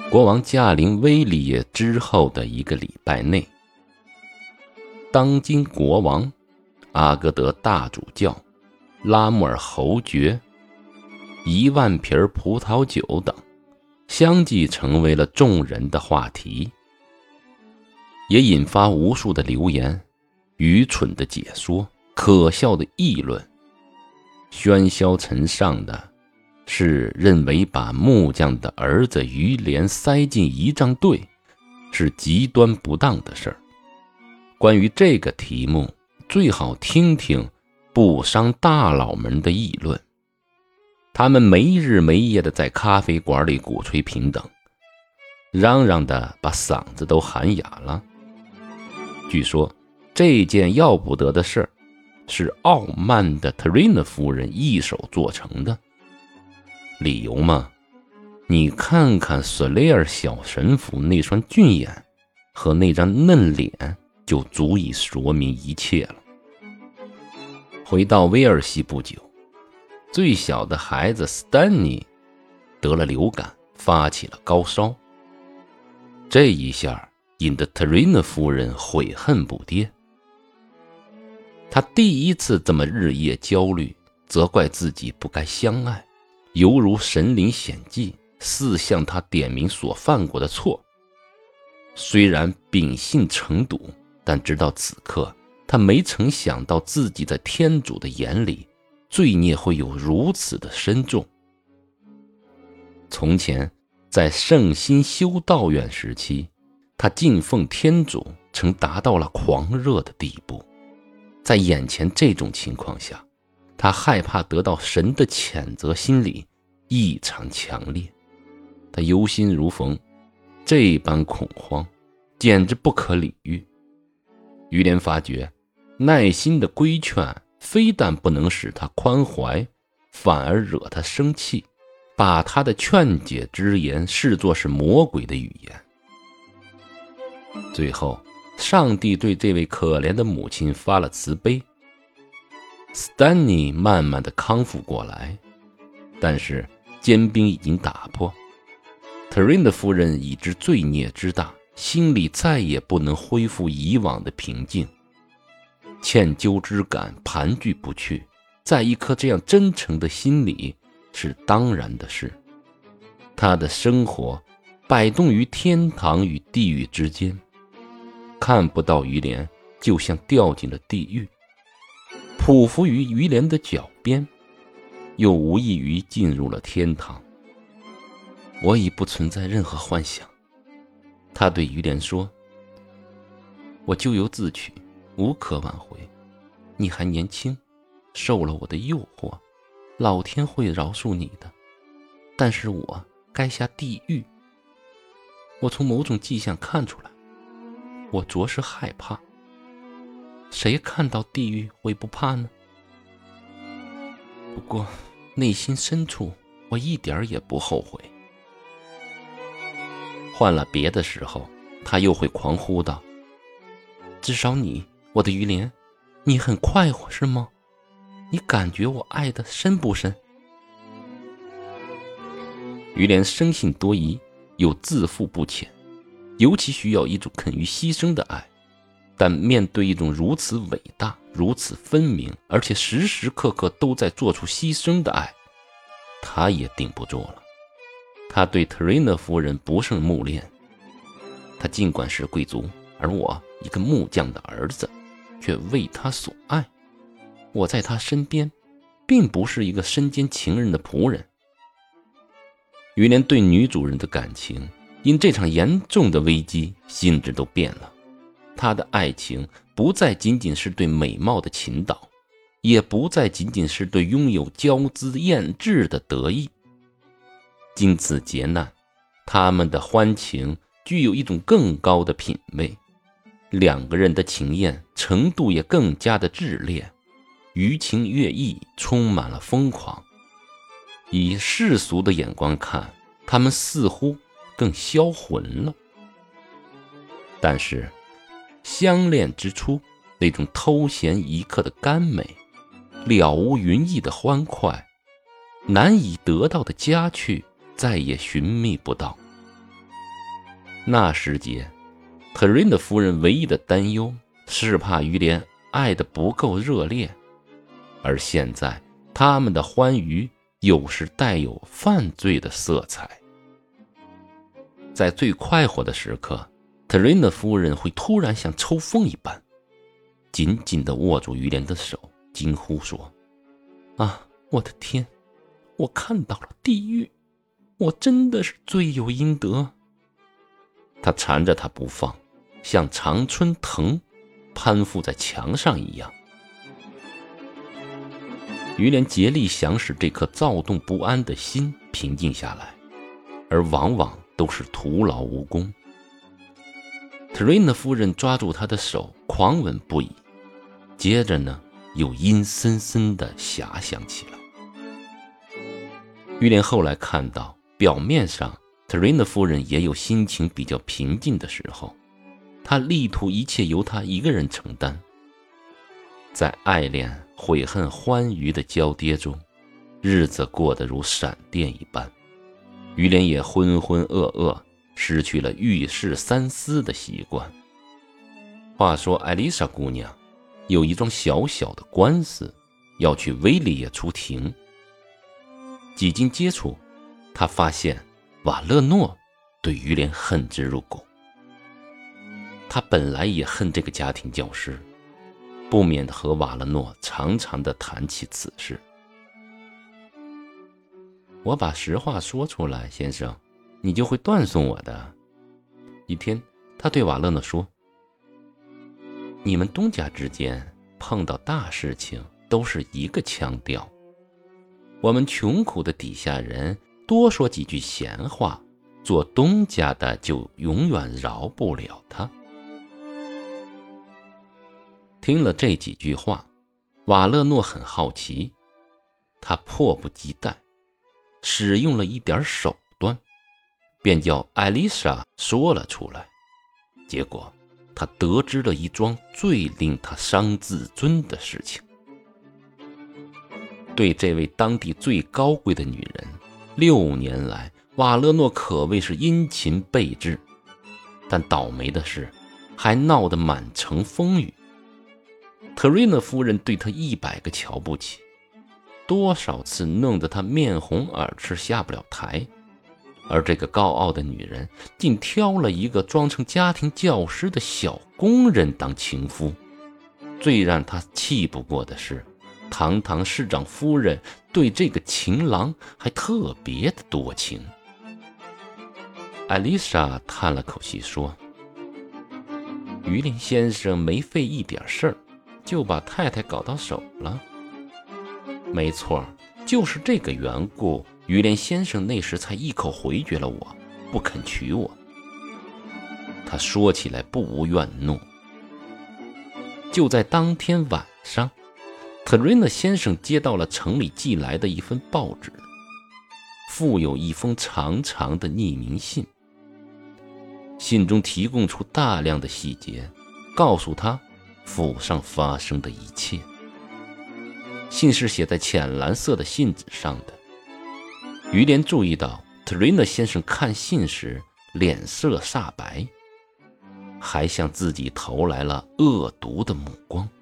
国王驾临威利耶之后的一个礼拜内，当今国王、阿格德大主教、拉穆尔侯爵、10000瓶葡萄酒等，相继成为了众人的话题，也引发无数的流言、愚蠢的解说、可笑的议论。喧嚣尘上的是认为把木匠的儿子于连塞进仪仗队是极端不当的事儿。关于这个题目，最好听听布商大佬们的议论。他们没日没夜地在咖啡馆里鼓吹平等，嚷嚷的把嗓子都喊哑了。据说这件要不得的事儿是傲慢的特瑞娜夫人一手做成的。理由嘛，你看看索雷尔小神父那双俊眼和那张嫩脸就足以说明一切了。回到威尔西不久，最小的孩子斯丹尼得了流感，发起了高烧。这一下引得特瑞娜夫人悔恨不迭。她第一次这么日夜焦虑，责怪自己不该相爱，犹如神灵显迹，似向她点明所犯过的错。虽然秉性成笃，但直到此刻，她没曾想到自己在天主的眼里罪孽会有如此的深重。从前在圣心修道院时期，他敬奉天主曾达到了狂热的地步。在眼前这种情况下，他害怕得到神的谴责，心理异常强烈。他忧心如焚，这般恐慌简直不可理喻。于连发觉，耐心的规劝非但不能使他宽怀，反而惹他生气，把他的劝解之言视作是魔鬼的语言。最后，上帝对这位可怜的母亲发了慈悲，斯丹尼慢慢的康复过来，但是坚冰已经打破。特瑞娜夫人已知罪孽之大，心里再也不能恢复以往的平静，歉疚之感盘踞不去，在一颗这样真诚的心里是当然的事。他的生活摆动于天堂与地狱之间，看不到于连，就像掉进了地狱；匍匐于于连的脚边，又无异于进入了天堂。我已不存在任何幻想，他对于连说，我咎由自取，无可挽回。你还年轻，受了我的诱惑，老天会饶恕你的，但是我该下地狱。我从某种迹象看出来，我着实害怕。谁看到地狱会不怕呢？不过内心深处我一点也不后悔。换了别的时候，他又会狂呼道，至少你，我的于连，你很快活是吗？你感觉我爱得深不深？于连生性多疑，又自负不浅，尤其需要一种肯于牺牲的爱。但面对一种如此伟大、如此分明，而且时时刻刻都在做出牺牲的爱，他也顶不住了。他对特瑞娜夫人不胜慕恋。他尽管是贵族，而我一个木匠的儿子，却为他所爱。我在他身边，并不是一个身兼情人的仆人。于连对女主人的感情，因这场严重的危机，性质都变了。他的爱情不再仅仅是对美貌的倾倒，也不再仅仅是对拥有娇姿艳质的得意。经此劫难，他们的欢情具有一种更高的品味，两个人的情焰程度也更加的炽烈，余情越溢，充满了疯狂。以世俗的眼光看，他们似乎更销魂了。但是相恋之初那种偷闲一刻的甘美，了无云意的欢快，难以得到的佳趣，再也寻觅不到。 那时节，特瑞娜夫人唯一的担忧是怕于连爱得不够热烈，而现在他们的欢愉有时带有犯罪的色彩。在最快活的时刻，特瑞娜夫人会突然像抽风一般，紧紧地握住于连的手，惊呼说：啊，我的天，我看到了地狱，我真的是罪有应得。他缠着他不放，像常春藤攀附在墙上一样。于连竭力想使这颗躁动不安的心平静下来，而往往都是徒劳无功。特瑞娜夫人抓住他的手，狂吻不已，接着呢，又阴森森地遐想起来。于连后来看到，表面上特瑞娜夫人也有心情比较平静的时候，她力图一切由她一个人承担。在爱恋、悔恨、欢愉的交叠中，日子过得如闪电一般。于连也浑浑噩噩，失去了遇事三思的习惯。话说艾丽莎姑娘有一桩小小的官司，要去威利耶出庭。几经接触，她发现瓦勒诺对于连恨之入骨。她本来也恨这个家庭教师，不免和瓦勒诺常常地谈起此事。我把实话说出来，先生，你就会断送我的。一天，他对瓦勒诺说：你们东家之间碰到大事情都是一个腔调，我们穷苦的底下人多说几句闲话，做东家的就永远饶不了他。听了这几句话，瓦勒诺很好奇，他迫不及待使用了一点手段，便叫艾丽莎说了出来。结果他得知了一桩最令他伤自尊的事情。对这位当地最高贵的女人，6年来瓦勒诺可谓是殷勤备至，但倒霉的是还闹得满城风雨。特瑞娜夫人对他100个瞧不起，多少次弄得他面红耳赤下不了台，而这个高傲的女人竟挑了一个装成家庭教师的小工人当情夫。最让他气不过的是，堂堂市长夫人对这个情郎还特别的多情。艾丽莎叹了口气说：于林先生没费一点事儿，就把太太搞到手了。没错，就是这个缘故，于连先生那时才一口回绝了我，不肯娶我。他说起来不无怨怒。就在当天晚上，特瑞娜先生接到了城里寄来的一份报纸，附有一封长长的匿名信。信中提供出大量的细节，告诉他府上发生的一切。信是写在浅蓝色的信纸上的。于连注意到特瑞娜先生看信时脸色煞白，还向自己投来了恶毒的目光。